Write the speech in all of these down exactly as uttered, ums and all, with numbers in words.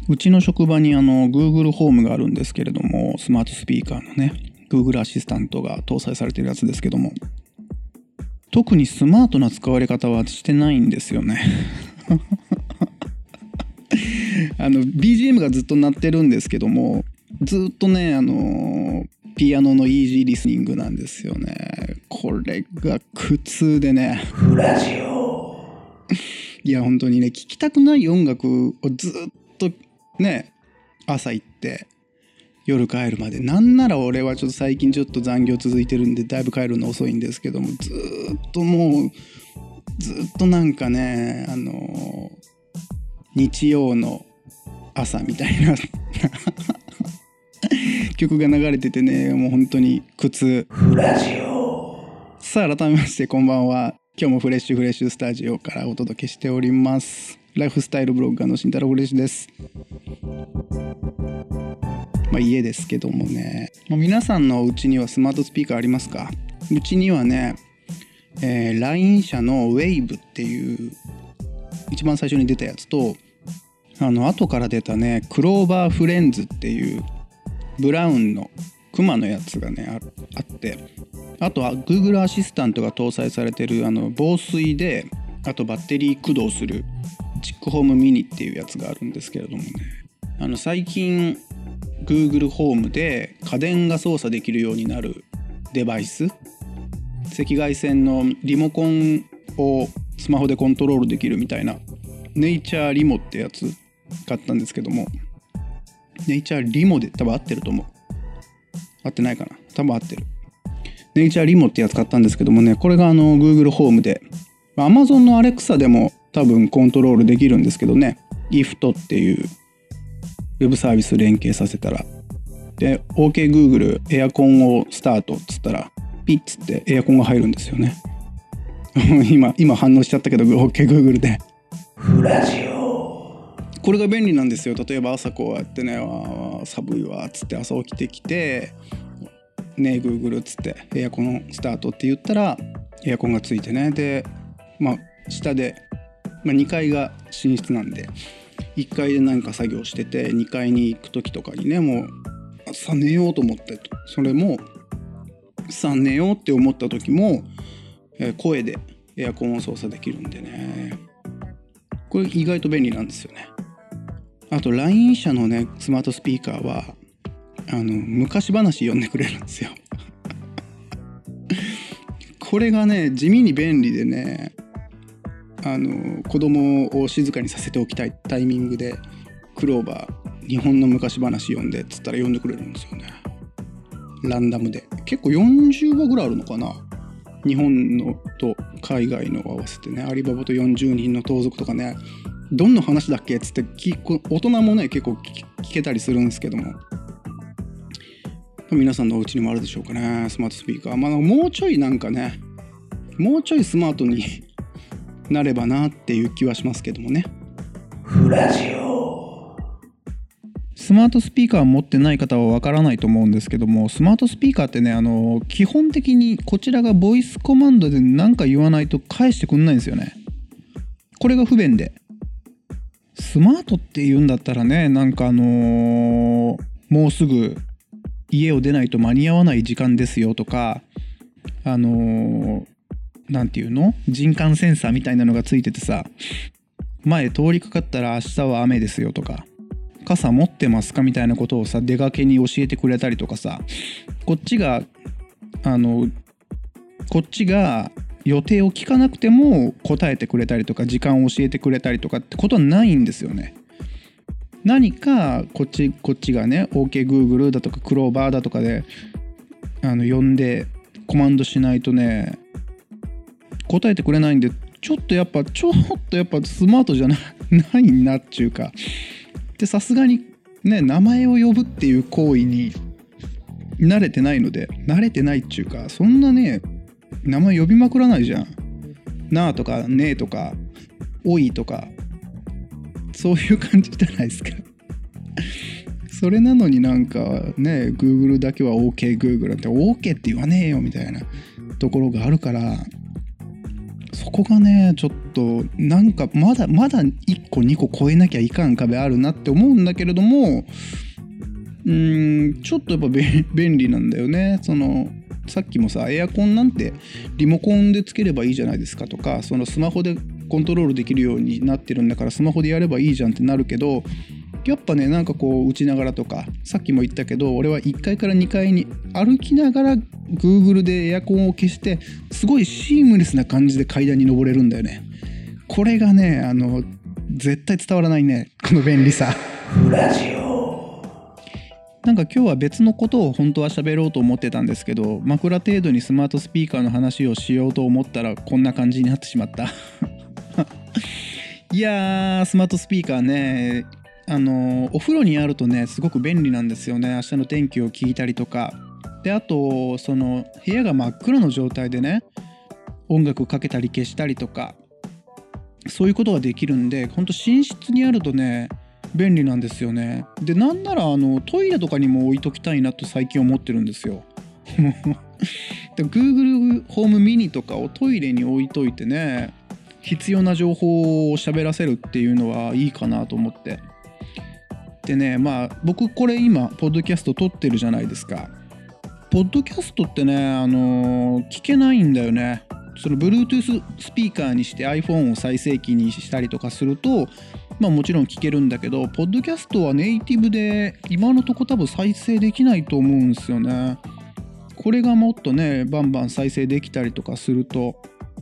うちの職場にあの Google ホームがあるんですけれども、スマートスピーカーのね Google アシスタントが搭載されているやつですけども、特にスマートな使われ方はしてないんですよねあの ビージーエム がずっと鳴ってるんですけども、ずっとねあのピアノのイージーリスニングなんですよね。これが苦痛でね、フラジオいや本当にね、聴きたくない音楽をずっとね、朝行って夜帰るまで、なんなら俺はちょっと最近ちょっと残業続いてるんでだいぶ帰るの遅いんですけども、ずっともうずっとなんかね、あの日曜の朝みたいな曲が流れててね、もう本当に苦痛。フラジオ。さあ改めましてこんばんは。今日もフレッシュフレッシュスタジオからお届けしております。ライフスタイルブログガーの慎太郎フレッシュです。まあ家ですけどもね、まあ、皆さんのうちにはスマートスピーカーありますか？うちにはね、えー、ライン 社の Wave っていう一番最初に出たやつと、あの後から出たねクローバーフレンズっていうブラウンのクマのやつがね あ, あって、あとは Google アシスタントが搭載されてるあの防水で、あとバッテリー駆動するチックホームミニっていうやつがあるんですけれどもね、あの最近 Google ホームで家電が操作できるようになるデバイス、赤外線のリモコンをスマホでコントロールできるみたいなネイチャーリモってやつ買ったんですけども、ネイチャーリモで多分合ってると思う。合ってないかな、多分合ってる。ネイチャーリモってやつ買ったんですけどもね、これがあの Google ホームで、Amazon の Alexa でも多分コントロールできるんですけどね、 イーエフティー っていうウェブサービス連携させたら、で OK Google エアコンをスタートっつったらピッつってエアコンが入るんですよね今今反応しちゃったけど OK Google でフラジオ、これが便利なんですよ。例えば朝こうやってね、あ寒いわっつって朝起きてきてねえ Google っつってエアコンスタートって言ったらエアコンがついてね、でまあ下で、まあ、にかいが寝室なんでいっかいで何か作業しててにかいに行く時とかにね、もうさ寝ようと思って、それもさ寝ようって思った時も、えー、声でエアコンを操作できるんでね、これ意外と便利なんですよね。あと ライン 社のねスマートスピーカーはあの昔話読んでくれるんですよこれがね地味に便利でね、あの子供を静かにさせておきたいタイミングでクローバー日本の昔話読んでっつったら読んでくれるんですよね。ランダムで結構よんじゅうわぐらいあるのかな、日本のと海外の合わせてね、アリババとよんじゅうにんの盗賊とかね、どんな話だっけっつって大人もね結構聞けたりするんですけども、皆さんのお家にもあるでしょうかね、スマートスピーカー。まあもうちょいなんかね、もうちょいスマートになればなっていう気はしますけどもね。フラジオ。スマートスピーカーを持ってない方はわからないと思うんですけども、スマートスピーカーってね、あの基本的にこちらがボイスコマンドで何か言わないと返してくんないんですよね。これが不便で、スマートって言うんだったらね、なんかあのー、もうすぐ家を出ないと間に合わない時間ですよとか、あのー、なんていうの、人感センサーみたいなのがついててさ、前通りかかったら明日は雨ですよとか、傘持ってますかみたいなことをさ出かけに教えてくれたりとかさ、こっちがあのこっちが予定を聞かなくても答えてくれたりとか時間を教えてくれたりとかってことはないんですよね。何かこっちこっちがね OK Google だとかクローバーだとかであの呼んでコマンドしないとね答えてくれないんで、ちょっとやっぱちょっとやっぱスマートじゃな、ないなっちゅうか、でさすがにね名前を呼ぶっていう行為に慣れてないので、慣れてないっちゅうか、そんなね名前呼びまくらないじゃん。なあとかねえとかおいとかそういう感じじゃないですかそれなのになんかね Google だけは OK Google って OK って言わねえよみたいなところがあるから、そこがねちょっとなんかまだまだいっこにこ超えなきゃいかん壁あるなって思うんだけれども、うーんちょっとやっぱ便利なんだよね。そのさっきもさエアコンなんてリモコンでつければいいじゃないですかとか、そのスマホでコントロールできるようになってるんだからスマホでやればいいじゃんってなるけど、やっぱねなんかこう打ちながらとか、さっきも言ったけど俺はいっかいからにかいに歩きながら Google でエアコンを消してすごいシームレスな感じで階段に登れるんだよね。これがねあの絶対伝わらないね、この便利さ。ラジオなんか今日は別のことを本当は喋ろうと思ってたんですけど、枕程度にスマートスピーカーの話をしようと思ったらこんな感じになってしまったいやースマートスピーカーね、あのお風呂にあるとねすごく便利なんですよね。明日の天気を聞いたりとかで、あとその部屋が真っ暗の状態でね音楽かけたり消したりとかそういうことができるんで、ほんと寝室にあるとね便利なんですよね。でなんならあのトイレとかにも置いときたいなと最近思ってるんですよで Google ホームミニとかをトイレに置いといてね、必要な情報を喋らせるっていうのはいいかなと思って。でねまあ僕これ今ポッドキャスト撮ってるじゃないですか。ポッドキャストってねあのー、聞けないんだよね。その Bluetooth スピーカーにして iPhone を再生機にしたりとかするとまあもちろん聞けるんだけど、ポッドキャストはネイティブで今のとこ多分再生できないと思うんですよね。これがもっとねバンバン再生できたりとかすると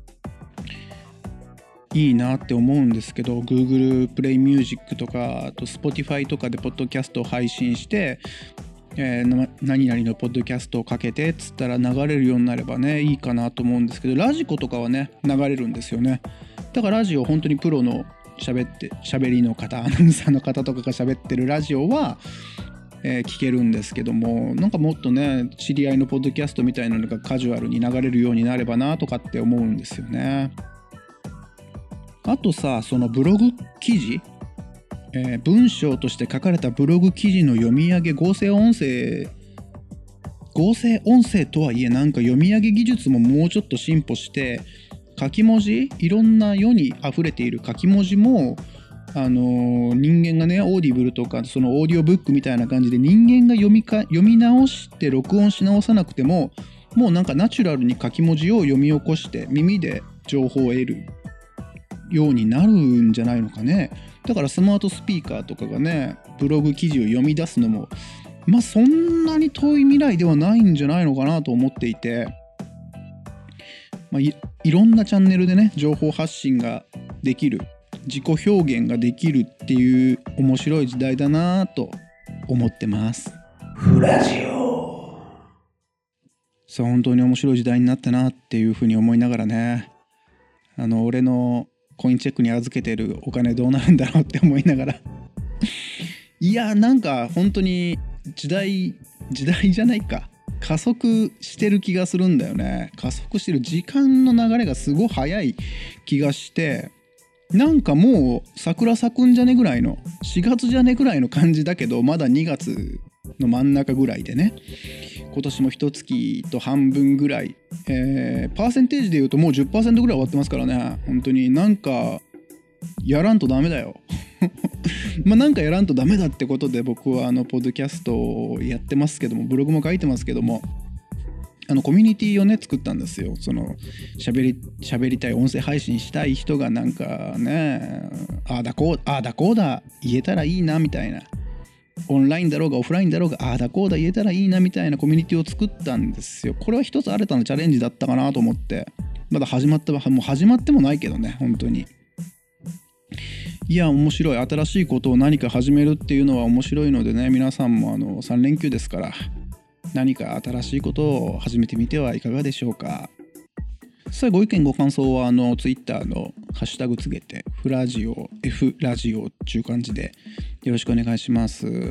いいなって思うんですけど、 Google プレイミュージックとかあと Spotify とかでポッドキャストを配信して、えー、何々のポッドキャストをかけてっつったら流れるようになればねいいかなと思うんですけど、ラジコとかはね流れるんですよね。だからラジオ本当にプロの喋って喋りの方、アナウンサーの方とかが喋ってるラジオは、えー、聞けるんですけども、なんかもっとね知り合いのポッドキャストみたいなのがカジュアルに流れるようになればなとかって思うんですよね。あとさ、そのブログ記事、えー、文章として書かれたブログ記事の読み上げ、合成音声合成音声とはいえなんか読み上げ技術ももうちょっと進歩して書き文字、いろんな世に溢れている書き文字もあのー、人間がねオーディブルとかそのオーディオブックみたいな感じで人間が読みか読み直して録音し直さなくてももうなんかナチュラルに書き文字を読み起こして耳で情報を得るようになるんじゃないのかね。だからスマートスピーカーとかがねブログ記事を読み出すのもまあそんなに遠い未来ではないんじゃないのかなと思っていて、まあ、い, いろんなチャンネルでね情報発信ができる、自己表現ができるっていう面白い時代だなと思ってます。フラジオそう本当に面白い時代になったなっていうふうに思いながらね、あの俺のコインチェックに預けてるお金どうなるんだろうって思いながらいやなんか本当に時代時代じゃないか加速してる気がするんだよね。加速してる、時間の流れがすごい早い気がして、なんかもう桜咲くんじゃねぐらいのしがつじゃねぐらいの感じだけど、まだにがつの真ん中ぐらいでね、今年も一月と半分ぐらい、えー、パーセンテージでいうともう じゅっパーセント ぐらい終わってますからね。本当になんかやらんとダメだよまあなんかやらんとダメだってことで僕はあのポッドキャストをやってますけども、ブログも書いてますけども、あのコミュニティをね作ったんですよ。その喋り喋りたい、音声配信したい人がなんかね、ああだこうああだこうだ言えたらいいなみたいな、オンラインだろうがオフラインだろうがああだこうだ言えたらいいなみたいなコミュニティを作ったんですよ。これは一つ新たなチャレンジだったかなと思って、まだ始まったもう始まってもないけどね、本当にいや面白い、新しいことを何か始めるっていうのは面白いのでね、皆さんもあのさん連休ですから何か新しいことを始めてみてはいかがでしょうか。さあご意見ご感想はあのツイッターのハッシュタグつけてフラジオ F ラジオっていう感じでよろしくお願いします。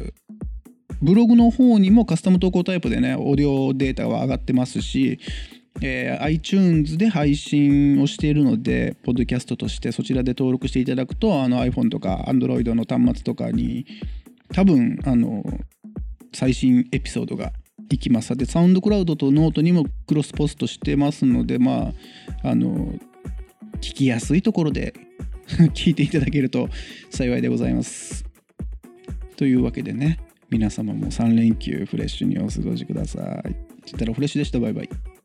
ブログの方にもカスタム投稿タイプでねオーディオデータは上がってますし、えー、iTunes で配信をしているのでポッドキャストとしてそちらで登録していただくとあの iPhone とか Android の端末とかに多分あの最新エピソードがいきます。でサウンドクラウドとノートにもクロスポストしてますので、まああの聞きやすいところで聞いていただけると幸いでございます。というわけでね、皆様もさん連休フレッシュにお過ごしください。ちったらフレッシュでした。バイバイ。